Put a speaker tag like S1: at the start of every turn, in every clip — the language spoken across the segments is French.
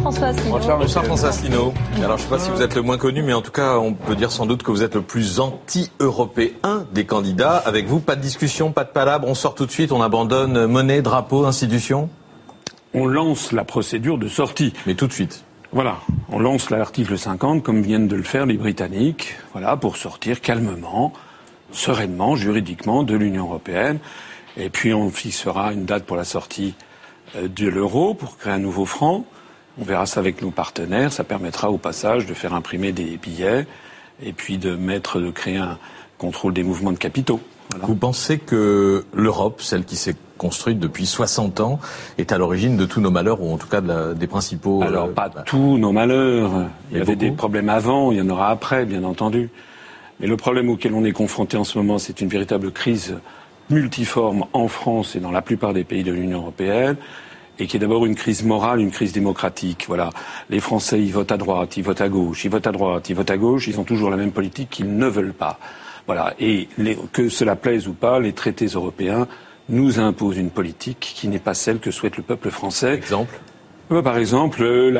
S1: François Asselineau.
S2: Bonsoir François Asselineau. Alors je ne sais pas si vous êtes le moins connu, mais en tout cas on peut dire sans doute que vous êtes le plus anti-européen des candidats. Avec vous, pas de discussion, pas de palabre, on sort tout de suite, on abandonne monnaie, drapeau, institution.
S3: On lance la procédure de sortie.
S2: Mais tout de suite.
S3: Voilà, on lance l'article 50 comme viennent de le faire les Britanniques, voilà, pour sortir calmement, sereinement, juridiquement de l'Union européenne. Et puis on fixera une date pour la sortie de l'euro pour créer un nouveau franc. On verra ça avec nos partenaires. Ça permettra au passage de faire imprimer des billets et puis de créer un contrôle des mouvements de capitaux. Voilà.
S2: Vous pensez que l'Europe, celle qui s'est construite depuis 60 ans, est à l'origine de tous nos malheurs, ou en tout cas des principaux...
S3: Alors, pas tous nos malheurs. Il y avait des problèmes avant, il y en aura après, bien entendu. Mais le problème auquel on est confronté en ce moment, c'est une véritable crise multiforme en France et dans la plupart des pays de l'Union européenne, et qui est d'abord une crise morale, une crise démocratique. Voilà. Les Français, ils votent à droite, ils votent à gauche, ils votent à droite, ils votent à gauche, ils ont toujours la même politique qu'ils ne veulent pas. Voilà. Et que cela plaise ou pas, les traités européens nous imposent une politique qui n'est pas celle que souhaite le peuple français.
S2: Exemple ?
S3: Par exemple,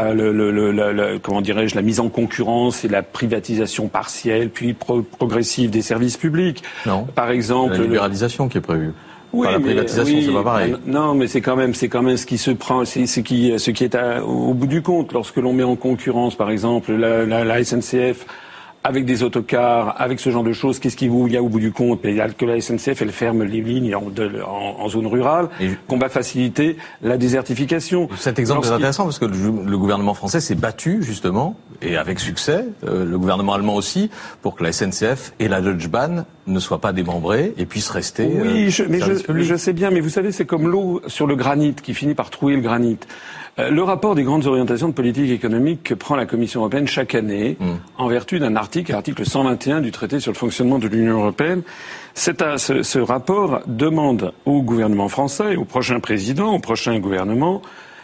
S3: comment dirais-je, la mise en concurrence et la privatisation partielle, puis progressive des services publics.
S2: Non.
S3: Par exemple,
S2: la libéralisation qui est prévue.
S3: Oui,
S2: la privatisation, c'est pas pareil.
S3: Non, mais c'est quand même ce qui se prend, ce qui est au bout du compte. Lorsque l'on met en concurrence, par exemple, la SNCF avec des autocars, avec ce genre de choses, qu'est-ce qu'il y a au bout du compte? Il y a que la SNCF, elle ferme les lignes en zone rurale, qu'on va faciliter la désertification.
S2: Cet exemple est intéressant parce que le gouvernement français s'est battu, justement, et avec succès, le gouvernement allemand aussi, pour que la SNCF et la Deutsche Bahn ne soient pas démembrées et puissent rester
S3: je sais bien, mais vous savez, c'est comme l'eau sur le granit qui finit par trouer le granit. Le rapport des grandes orientations de politique économique que prend la Commission européenne chaque année, en vertu d'un l'article 121 du traité sur le fonctionnement de l'Union européenne, ce rapport demande au gouvernement français, au prochain président, au prochain gouvernement,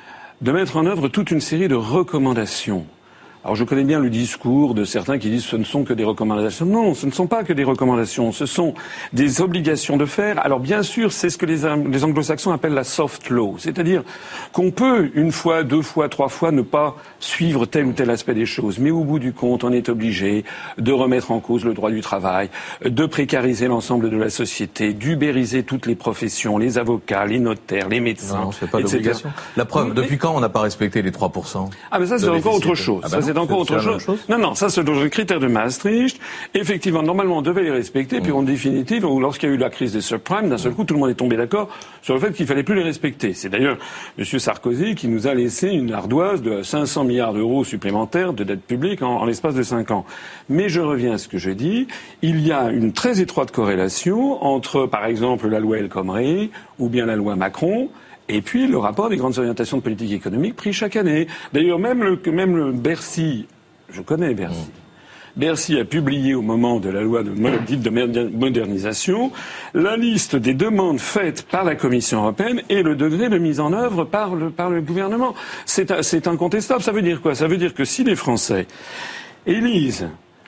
S3: de mettre en œuvre toute une série de recommandations. Alors je connais bien le discours de certains qui disent que ce ne sont que des recommandations. Non, ce ne sont pas que des recommandations, ce sont des obligations de faire. Alors bien sûr, c'est ce que les anglo-saxons appellent la soft law, c'est-à-dire qu'on peut une fois, deux fois, trois fois ne pas suivre tel ou tel aspect des choses, mais au bout du compte, on est obligé de remettre en cause le droit du travail, de précariser l'ensemble de la société, d'ubériser toutes les professions, les avocats, les notaires, les médecins,
S2: non, c'est pas d'obligation. La preuve, depuis quand on n'a pas respecté les 3%?
S3: Ah mais ça c'est encore autre chose. C'est encore autre chose. Non, ça c'est le critère de Maastricht. Effectivement, normalement, on devait les respecter, puis en définitive, lorsqu'il y a eu la crise des subprimes, d'un seul coup, tout le monde est tombé d'accord sur le fait qu'il fallait plus les respecter. C'est d'ailleurs M. Sarkozy qui nous a laissé une ardoise de 500 milliards d'euros supplémentaires de dette publique en l'espace de 5 ans. Mais je reviens à ce que je dis. Il y a une très étroite corrélation entre, par exemple, la loi El Khomri ou bien la loi Macron, et puis le rapport des grandes orientations de politique économique pris chaque année. D'ailleurs, même le Bercy, je connais Bercy. Bercy a publié au moment de la loi dite de modernisation la liste des demandes faites par la Commission européenne et le degré de mise en œuvre par le gouvernement. C'est incontestable. Ça veut dire quoi? Ça veut dire que si les Français élisent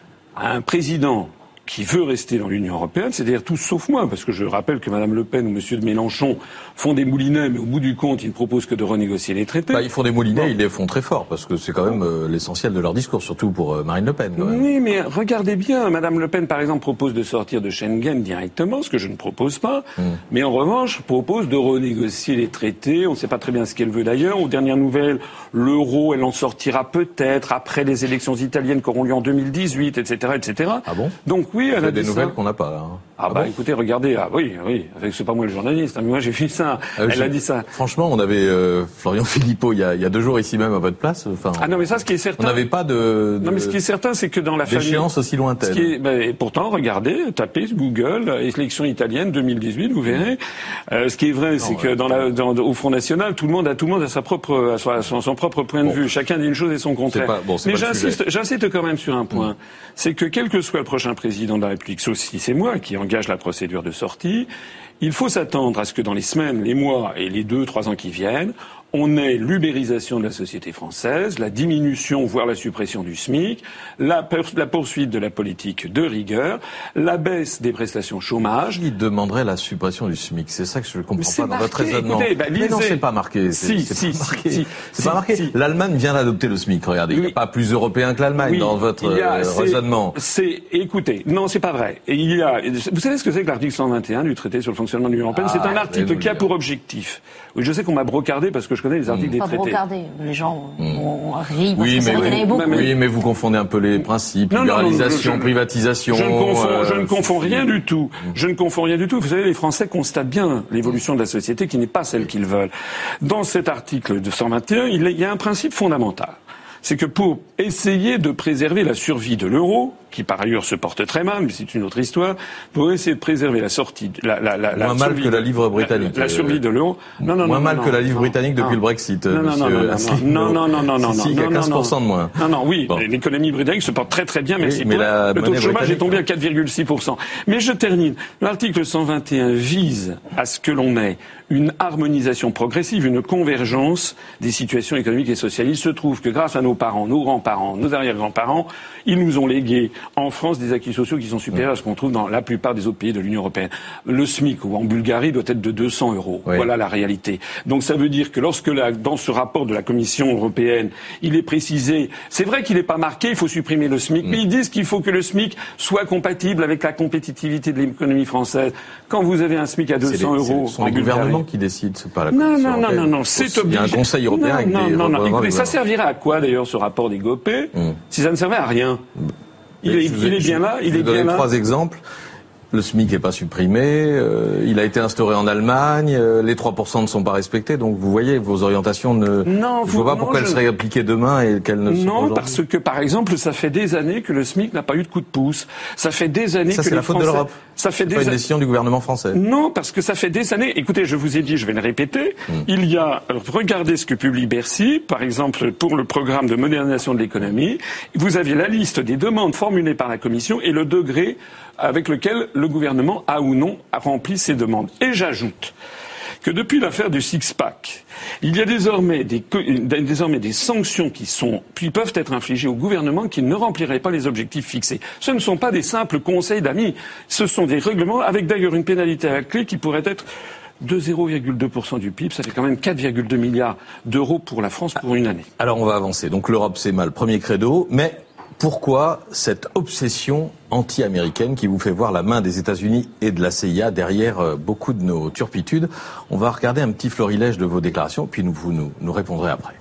S3: un président qui veut rester dans l'Union européenne, c'est-à-dire tous sauf moi, parce que je rappelle que Mme Le Pen ou M. de Mélenchon font des moulinets, mais au bout du compte, ils ne proposent que de renégocier les traités.
S2: Ils font des moulinets, ils les font très fort, parce que c'est quand même l'essentiel de leur discours, surtout pour Marine Le Pen. Quand même.
S3: Oui, mais regardez bien, Mme Le Pen, par exemple, propose de sortir de Schengen directement, ce que je ne propose pas, mais en revanche, propose de renégocier les traités, on ne sait pas très bien ce qu'elle veut d'ailleurs. Aux dernières nouvelles, l'euro, elle en sortira peut-être après les élections italiennes qui auront lieu en 2018, etc., etc.
S2: Ah bon?
S3: Donc oui, elle a
S2: des nouvelles qu'on n'a pas, là.
S3: Bon écoutez, regardez, oui, c'est pas moi le journaliste, mais moi j'ai vu ça. Elle a dit ça.
S2: Franchement, on avait Florian Philippot il y a 2 jours ici même à votre place.
S3: Non, mais ça, ce qui est certain.
S2: On n'avait pas de.
S3: Non, mais ce qui est certain, c'est que dans la famille.
S2: D'échéance aussi lointaine.
S3: Pourtant, regardez, tapez Google, élection italienne 2018, vous verrez. Ce qui est vrai, c'est que au Front National, tout le monde a son propre point de vue. Chacun dit une chose et son contraire. Mais j'insiste quand même sur un point. C'est que quel que soit le prochain président de la République, sauf si c'est moi qui engage la procédure de sortie, il faut s'attendre à ce que dans les semaines, les mois et les 2-3 ans qui viennent, on ait l'ubérisation de la société française, la diminution, voire la suppression du SMIC, la poursuite de la politique de rigueur, la baisse des prestations chômage.
S2: Il demanderait la suppression du SMIC. C'est ça que je ne comprends pas dans votre
S3: marqué,
S2: raisonnement.
S3: Écoutez,
S2: mais non, c'est pas marqué. C'est pas marqué. L'Allemagne vient d'adopter le SMIC. Regardez, il n'y a pas plus européen que l'Allemagne dans votre raisonnement.
S3: Écoutez, non, c'est pas vrai. Et vous savez ce que c'est que l'article 121 du traité sur le fonctionnement de l'Union européenne? C'est un article qui a pour objectif. Oui, je sais qu'on m'a brocardé parce que je connais les articles des traités.
S1: Pas brocardé. Les gens ont ri parce que ça revenait beaucoup.
S2: Oui, mais vous confondez un peu les principes. Libéralisation, privatisation.
S3: Je ne confonds rien du tout. Je ne confonds rien du tout. Vous savez, les Français constatent bien l'évolution de la société qui n'est pas celle qu'ils veulent. Dans cet article de 121, il y a un principe fondamental. C'est que pour essayer de préserver la survie de l'euro, qui par ailleurs se porte très mal, mais c'est une autre histoire, pour essayer de préserver la sortie,
S2: moins mal que la livre britannique.
S3: La survie de l'euro.
S2: Moins mal que la livre britannique depuis le Brexit.
S3: Non,
S2: il y a 15% de moins.
S3: Oui, l'économie britannique se porte très très bien, merci.
S2: Mais
S3: le taux de chômage est tombé à 4,6%. Mais je termine. L'article 121 vise à ce que l'on ait une harmonisation progressive, une convergence des situations économiques et sociales. Il se trouve que grâce à nos parents, nos grands-parents, nos arrière-grands-parents, ils nous ont légué en France des acquis sociaux qui sont supérieurs à ce qu'on trouve dans la plupart des autres pays de l'Union européenne. Le SMIC, ou en Bulgarie, doit être de 200 €. Oui. Voilà la réalité. Donc ça veut dire que lorsque dans ce rapport de la Commission européenne, il est précisé, c'est vrai qu'il n'est pas marqué, il faut supprimer le SMIC, mais ils disent qu'il faut que le SMIC soit compatible avec la compétitivité de l'économie française. Quand vous avez un SMIC à 200 €,
S2: c'est le gouvernement qui décide, c'est pas la Commission européenne.
S3: Non, c'est obligé.
S2: Il y a un Conseil européen avec des
S3: Écoutez, ça servirait à quoi d'ailleurs ce rapport des GOPE si ça ne servait à rien? Il est bien là.
S2: Je vais donner 3 exemples. Le SMIC n'est pas supprimé, il a été instauré en Allemagne, les 3% ne sont pas respectés, donc vous voyez, vos orientations je ne vois pas pourquoi elles seraient appliquées demain et qu'elles ne sont pas aujourd'hui.
S3: Parce que, par exemple, ça fait des années que le SMIC n'a pas eu de coup de pouce. Ça fait des années que
S2: c'est la faute de l'Europe.
S3: C'est
S2: pas une décision du gouvernement français.
S3: Non, parce que ça fait des années. Écoutez, je vous ai dit, je vais le répéter. Il y a, regardez ce que publie Bercy, par exemple, pour le programme de modernisation de l'économie. Vous avez la liste des demandes formulées par la Commission et le degré avec lequel le gouvernement a ou non rempli ces demandes. Et j'ajoute que depuis l'affaire du six-pack, il y a désormais des sanctions qui peuvent être infligées au gouvernement qui ne remplirait pas les objectifs fixés. Ce ne sont pas des simples conseils d'amis, ce sont des règlements avec d'ailleurs une pénalité à la clé qui pourrait être de 0,2% du PIB, ça fait quand même 4,2 milliards d'euros pour la France pour une année.
S2: Alors on va avancer. Donc l'Europe c'est mal, premier credo, mais pourquoi cette obsession anti-américaine qui vous fait voir la main des États-Unis et de la CIA derrière beaucoup de nos turpitudes? On va regarder un petit florilège de vos déclarations, puis vous nous répondrez après.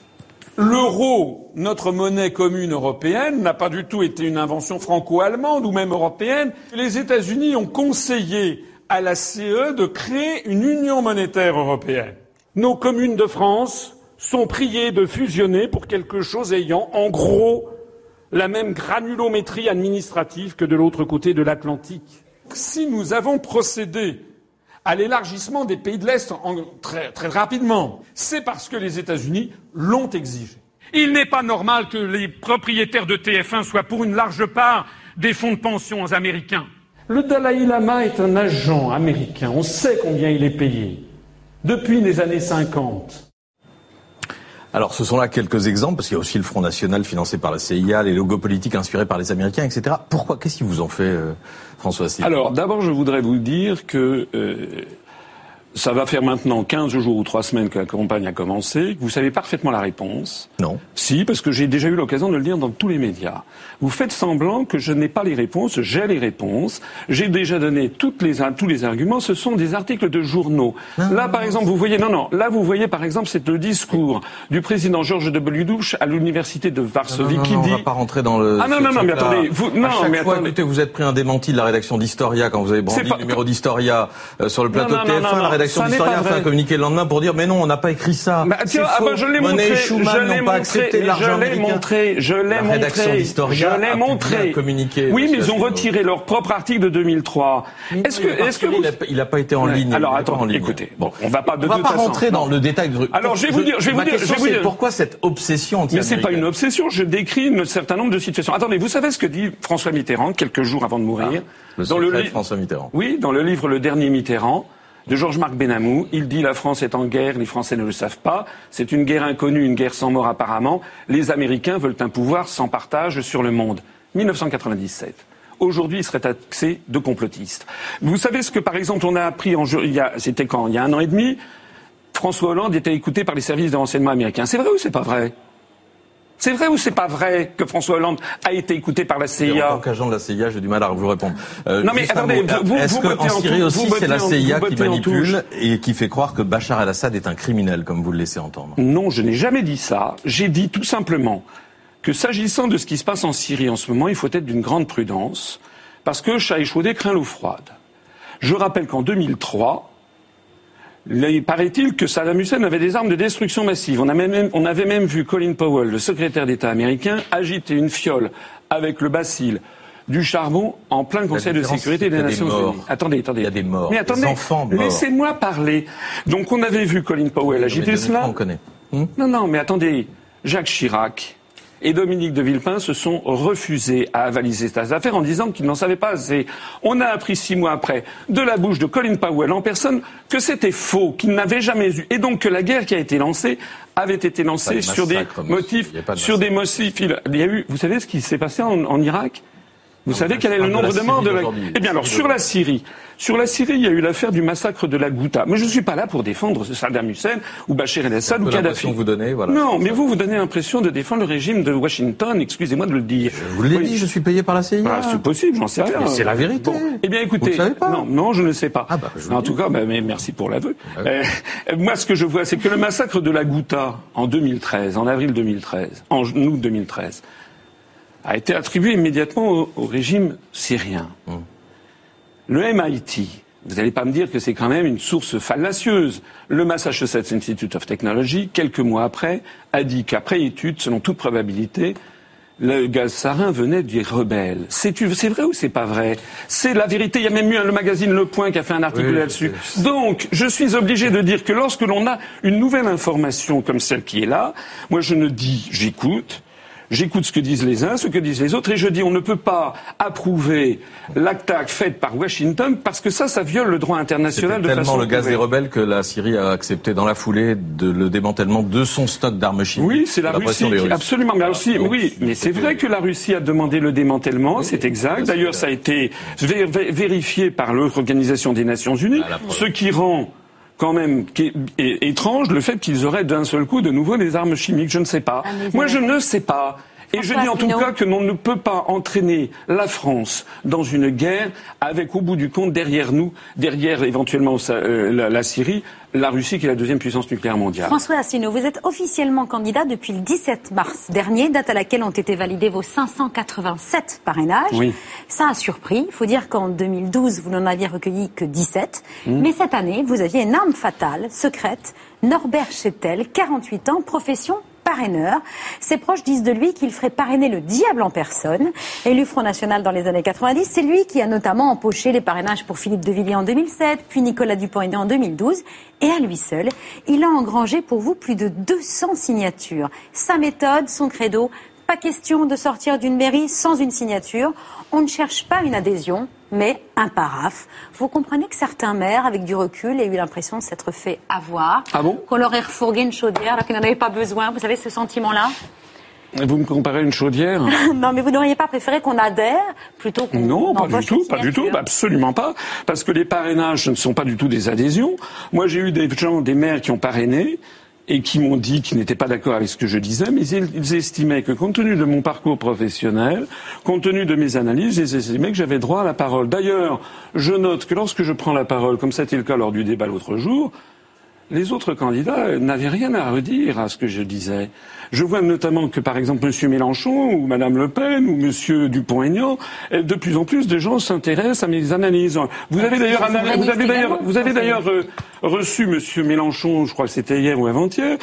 S3: L'euro, notre monnaie commune européenne, n'a pas du tout été une invention franco-allemande ou même européenne. Les États-Unis ont conseillé à la CE de créer une union monétaire européenne. Nos communes de France sont priées de fusionner pour quelque chose ayant, en gros, la même granulométrie administrative que de l'autre côté de l'Atlantique. Si nous avons procédé à l'élargissement des pays de l'Est très, très rapidement, c'est parce que les États-Unis l'ont exigé. Il n'est pas normal que les propriétaires de TF1 soient pour une large part des fonds de pension américains. Le Dalai Lama est un agent américain. On sait combien il est payé. Depuis les années 50.
S2: Alors, ce sont là quelques exemples, parce qu'il y a aussi le Front National financé par la CIA, les logos politiques inspirés par les Américains, etc. Pourquoi? Qu'est-ce qui vous en fait, François Asselineau?
S3: Alors, d'abord, je voudrais vous dire que ça va faire maintenant 15 jours ou 3 semaines que la campagne a commencé, que vous savez parfaitement la réponse.
S2: Non.
S3: Si, parce que j'ai déjà eu l'occasion de le dire dans tous les médias. Vous faites semblant que je n'ai pas les réponses, j'ai les réponses. J'ai déjà donné tous les arguments, ce sont des articles de journaux. Là, par exemple, vous voyez, par exemple, c'est le discours du président George W. Bush à l'université de Varsovie qui dit...
S2: on va pas rentrer dans le...
S3: mais attendez,
S2: écoutez, vous êtes pris un démenti de la rédaction d'Historia quand vous avez brandi le numéro d'Historia sur le plateau de TF1, la rédaction d'Historia a fait un communiqué le lendemain pour dire mais non, on n'a pas écrit ça.
S3: Je l'ai montré, je l'ai montré. Oui, mais ils ont retiré leur propre article de 2003.
S2: Il n'a pas été en ligne.
S3: Alors attendez, écoutez, on va pas
S2: rentrer dans le détail du truc.
S3: Alors je vais vous dire
S2: pourquoi cette obsession anti-américaine.
S3: Mais c'est pas une obsession, je décris un certain nombre de situations. Attendez, vous savez ce que dit François Mitterrand quelques jours avant de mourir
S2: le secret de François Mitterrand.
S3: Oui, dans le livre Le Dernier Mitterrand. de Georges-Marc Benamou. Il dit la France est en guerre, les Français ne le savent pas. C'est une guerre inconnue, une guerre sans mort apparemment. Les Américains veulent un pouvoir sans partage sur le monde. 1997. Aujourd'hui, il serait taxé de complotiste. Vous savez ce que, par exemple, on a appris c'était quand ? Il y a 1 an et demi, François Hollande était écouté par les services de renseignement américains. C'est vrai ou c'est pas vrai ? C'est vrai ou c'est pas vrai que François Hollande a été écouté par la CIA ?
S2: En tant qu'agent de la CIA, j'ai du mal à vous répondre.
S3: Non mais attendez,
S2: est-ce qu'en Syrie aussi, c'est la CIA qui manipule et qui fait croire que Bachar el-Assad est un criminel, comme vous le laissez entendre ?
S3: Non, je n'ai jamais dit ça. J'ai dit tout simplement que s'agissant de ce qui se passe en Syrie en ce moment, il faut être d'une grande prudence, parce que chat échaudé craint l'eau froide. Je rappelle qu'en 2003, paraît-il que Saddam Hussein avait des armes de destruction massive. On avait même vu Colin Powell, le secrétaire d'État américain, agiter une fiole avec le bacille du charbon en plein Conseil de sécurité des Nations Unies. Attendez.
S2: Il y a des morts,
S3: mais attendez,
S2: des enfants morts.
S3: Laissez-moi parler. Donc on avait vu Colin Powell agiter cela.
S2: On connaît.
S3: Non, mais attendez. Jacques Chirac et Dominique de Villepin se sont refusés à avaliser cette affaire en disant qu'ils n'en savaient pas assez. On a appris 6 mois après, de la bouche de Colin Powell en personne, que c'était faux, qu'il n'avait jamais eu, et donc que la guerre qui a été lancée avait été lancée sur des motifs, il y a eu, vous savez ce qui s'est passé en Irak ? Vous savez quel est le nombre de morts de la... Eh bien alors, sur la Syrie, il y a eu l'affaire du massacre de la Ghouta. Mais je ne suis pas là pour défendre Saddam Hussein ou Bachar el-Assad ou Kadhafi.
S2: Vous donnez, voilà.
S3: Non, mais vous donnez l'impression de défendre le régime de Washington, excusez-moi de le dire.
S2: Je vous l'ai dit, je suis payé par la CIA.
S3: C'est possible, j'en sais rien.
S2: Mais c'est la vérité.
S3: Bon. Eh bien écoutez,
S2: vous ne savez pas.
S3: Non, je ne sais pas. En tout cas, mais merci pour l'aveu. Moi, ce que je vois, c'est que le massacre de la Ghouta en 2013, en avril 2013, en août 2013, a été attribué immédiatement au régime syrien. Le MIT, vous n'allez pas me dire que c'est quand même une source fallacieuse. Le Massachusetts Institute of Technology, quelques mois après, a dit qu'après étude, selon toute probabilité, le gaz sarin venait des rebelles. C'est vrai ou c'est pas vrai ? C'est la vérité. Il y a même eu le magazine Le Point qui a fait un article là-dessus. Donc, je suis obligé de dire que lorsque l'on a une nouvelle information comme celle qui est là, moi je ne dis, J'écoute ce que disent les uns, ce que disent les autres, et je dis on ne peut pas approuver l'attaque faite par Washington parce que ça viole le droit international de façon...
S2: C'est tellement le gaz des rebelles que la Syrie a accepté dans la foulée le démantèlement de son stock d'armes chimiques.
S3: Oui, c'est la Russie qui... Absolument, mais aussi, oui, mais c'est vrai que la Russie a demandé le démantèlement, c'est exact. D'ailleurs, ça a été vérifié par l'Organisation des Nations Unies, ce qui rend... quand même étrange le fait qu'ils auraient d'un seul coup de nouveau des armes chimiques. Je ne sais pas. Moi, je ne sais pas. Et je dis en tout cas que l'on ne peut pas entraîner la France dans une guerre avec, au bout du compte, derrière nous, derrière éventuellement la Syrie, la Russie qui est la 2e puissance nucléaire mondiale.
S1: François Asselineau, vous êtes officiellement candidat depuis le 17 mars dernier, date à laquelle ont été validés vos 587 parrainages. Oui. Ça a surpris. Il faut dire qu'en 2012, vous n'en aviez recueilli que 17. Mais cette année, vous aviez une arme fatale, secrète, Norbert Chettel, 48 ans, profession parraineur. Ses proches disent de lui qu'il ferait parrainer le diable en personne. Élu Front National dans les années 90, c'est lui qui a notamment empoché les parrainages pour Philippe de Villiers en 2007, puis Nicolas Dupont-Aignan en 2012. Et à lui seul, il a engrangé pour vous plus de 200 signatures. Sa méthode, son credo, pas question de sortir d'une mairie sans une signature. On ne cherche pas une adhésion, mais un paraphe. Vous comprenez que certains maires, avec du recul, aient eu l'impression de s'être fait avoir.
S3: Ah bon ?
S1: Qu'on leur ait refourgué une chaudière alors qu'ils n'en avaient pas besoin. Vous savez, ce sentiment-là ?
S3: Vous me comparez à une chaudière ?
S1: Non, mais vous n'auriez pas préféré qu'on adhère plutôt qu'on...
S3: Non, pas du tout, absolument pas. Parce que les parrainages, ce ne sont pas du tout des adhésions. Moi, j'ai eu des maires qui ont parrainé et qui m'ont dit qu'ils n'étaient pas d'accord avec ce que je disais, mais ils estimaient que, compte tenu de mon parcours professionnel, compte tenu de mes analyses, ils estimaient que j'avais droit à la parole. D'ailleurs, je note que lorsque je prends la parole, comme c'était le cas lors du débat l'autre jour, les autres candidats n'avaient rien à redire à ce que je disais. Je vois notamment que, par exemple, M. Mélenchon ou Mme Le Pen ou M. Dupont-Aignan, de plus en plus de gens s'intéressent à mes analyses. Vous avez d'ailleurs reçu M. Mélenchon, je crois que c'était hier ou avant-hier.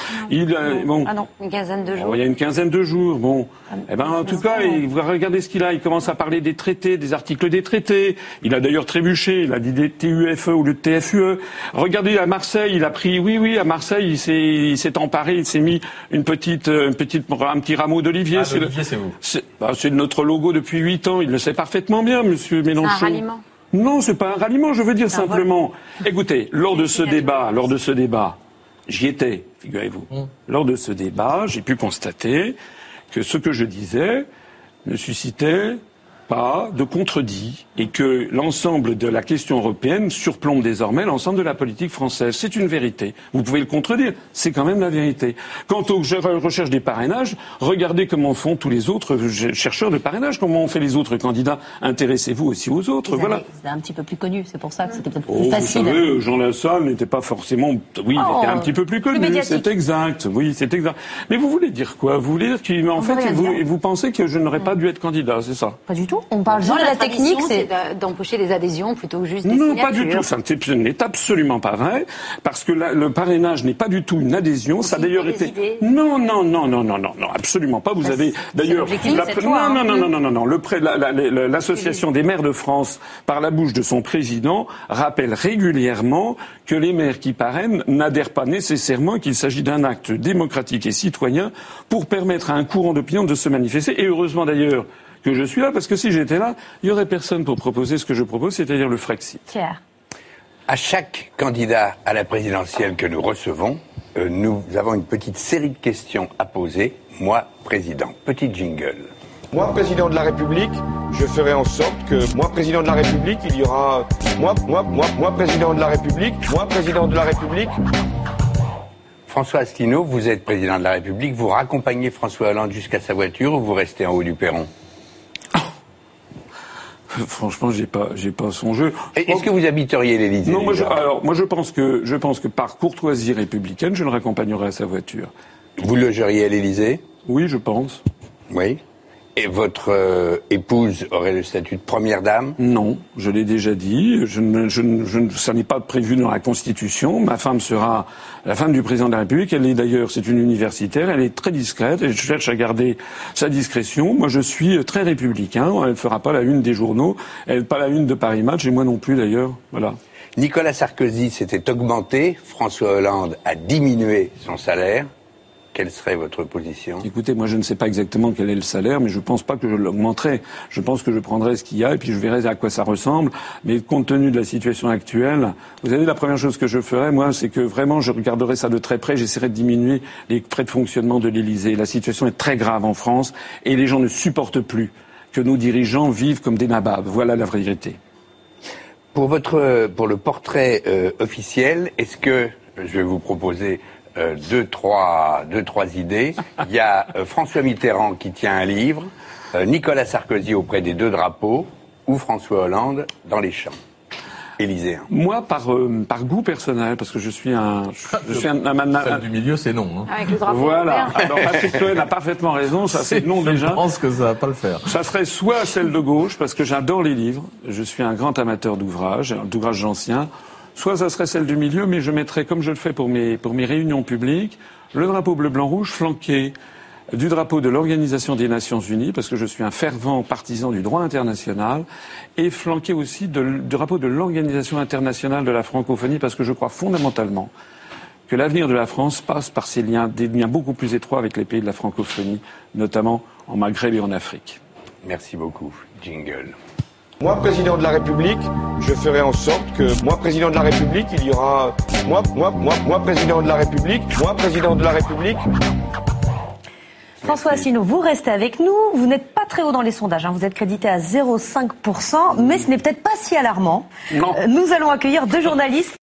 S1: Une quinzaine de jours.
S3: Il y a une quinzaine de jours. Bon, en tout cas, regardez ce qu'il a. Il commence à parler des traités, des articles des traités. Il a d'ailleurs trébuché. Il a dit des TUFE au lieu de TFUE. Regardez à Marseille, il a pris. Oui, à Marseille, il s'est emparé. Il s'est mis un petit rameau d'olivier.
S2: L'olivier, c'est vous.
S3: C'est notre logo depuis 8 ans. Il le sait parfaitement bien, M. Mélenchon.
S1: C'est un ralliement.
S3: Non, c'est pas un ralliement, je veux dire simplement. Écoutez, lors de ce débat, j'y étais, figurez-vous. Lors de ce débat, j'ai pu constater que ce que je disais ne suscitait pas de contredit et que l'ensemble de la question européenne surplombe désormais l'ensemble de la politique française. C'est une vérité. Vous pouvez le contredire, c'est quand même la vérité. Quant aux recherches des parrainages, regardez comment font tous les autres chercheurs de parrainage, comment ont fait les autres candidats. Intéressez-vous aussi aux autres. Voilà.
S1: C'est un petit peu plus connu, c'est pour ça que c'était peut-être plus facile.
S3: Vous savez, Jean Lassalle n'était pas forcément... Oui, il était un petit peu plus connu, c'est exact. Oui, c'est exact. Mais vous voulez dire quoi? Vous voulez dire qu'en fait, vous pensez que je n'aurais pas dû être candidat, c'est ça?
S1: Pas du tout. On parle juste de la technique, c'est d'empocher des adhésions plutôt que juste des signatures.
S3: Non, pas du tout. Ça n'est absolument pas vrai, parce que le parrainage n'est pas du tout une adhésion. Ça a d'ailleurs été... Non, absolument pas. Vous avez d'ailleurs... Non. L'association des maires de France, par la bouche de son président, rappelle régulièrement que les maires qui parrainent n'adhèrent pas nécessairement, qu'il s'agit d'un acte démocratique et citoyen pour permettre à un courant d'opinion de se manifester. Et heureusement d'ailleurs que je suis là, parce que si j'étais là, il n'y aurait personne pour proposer ce que je propose, c'est-à-dire le Frexit.
S1: Pierre.
S4: À chaque candidat à la présidentielle que nous recevons, nous avons une petite série de questions à poser. Moi, président. Petit jingle.
S5: Moi, président de la République, je ferai en sorte que, moi, président de la République, il y aura... Moi, président de la République,
S4: François Asselineau, vous êtes président de la République, vous raccompagnez François Hollande jusqu'à sa voiture ou vous restez en haut du perron?
S3: Franchement, j'ai pas son jeu.
S4: Est-ce que vous habiteriez l'Élysée?
S3: Non, moi je pense que par courtoisie républicaine, je le raccompagnerai à sa voiture.
S4: Vous logeriez à l'Élysée?
S3: Oui, je pense.
S4: Oui. Et votre épouse aurait le statut de première dame?
S3: Non, je l'ai déjà dit. Ça n'est pas prévu dans la Constitution. Ma femme sera la femme du président de la République. Elle est d'ailleurs, c'est une universitaire. Elle est très discrète. Elle cherche à garder sa discrétion. Moi, je suis très républicain. Elle ne fera pas la une des journaux. Elle pas la une de Paris Match. Et moi non plus, d'ailleurs. Voilà.
S4: Nicolas Sarkozy s'était augmenté. François Hollande a diminué son salaire. Quelle serait votre position?
S3: Écoutez, moi je ne sais pas exactement quel est le salaire, mais je ne pense pas que je l'augmenterai. Je pense que je prendrai ce qu'il y a et puis je verrai à quoi ça ressemble. Mais compte tenu de la situation actuelle, vous savez, la première chose que je ferai, moi, c'est que vraiment je regarderai ça de très près. J'essaierai de diminuer les frais de fonctionnement de l'Élysée. La situation est très grave en France et les gens ne supportent plus que nos dirigeants vivent comme des nababs. Voilà la vérité.
S4: Pour le portrait officiel, est-ce que je vais vous proposer deux, trois idées. Il y a François Mitterrand qui tient un livre, Nicolas Sarkozy auprès des deux drapeaux, ou François Hollande dans les champs élyséens.
S3: Moi, par goût personnel, parce que je suis un
S2: celle du milieu, c'est non. Hein.
S1: Avec le drapeau.
S3: Voilà. Alors Patrick Cohen a parfaitement raison, ça c'est non déjà.
S2: Je pense que ça va pas le faire.
S3: Ça serait soit celle de gauche, parce que j'adore les livres. Je suis un grand amateur d'ouvrages anciens. Soit ça serait celle du milieu, mais je mettrais, comme je le fais pour mes réunions publiques, le drapeau bleu-blanc-rouge flanqué du drapeau de l'Organisation des Nations Unies, parce que je suis un fervent partisan du droit international, et flanqué aussi du drapeau de l'Organisation internationale de la francophonie, parce que je crois fondamentalement que l'avenir de la France passe par des liens beaucoup plus étroits avec les pays de la francophonie, notamment en Maghreb et en Afrique.
S4: Merci beaucoup. Jingle.
S5: Moi, président de la République, je ferai en sorte que, moi, président de la République, il y aura... Moi, président de la République,
S1: François Asselineau, vous restez avec nous. Vous n'êtes pas très haut dans les sondages. Vous êtes crédité à 0,5%, mais ce n'est peut-être pas si alarmant.
S3: Non.
S1: Nous allons accueillir deux journalistes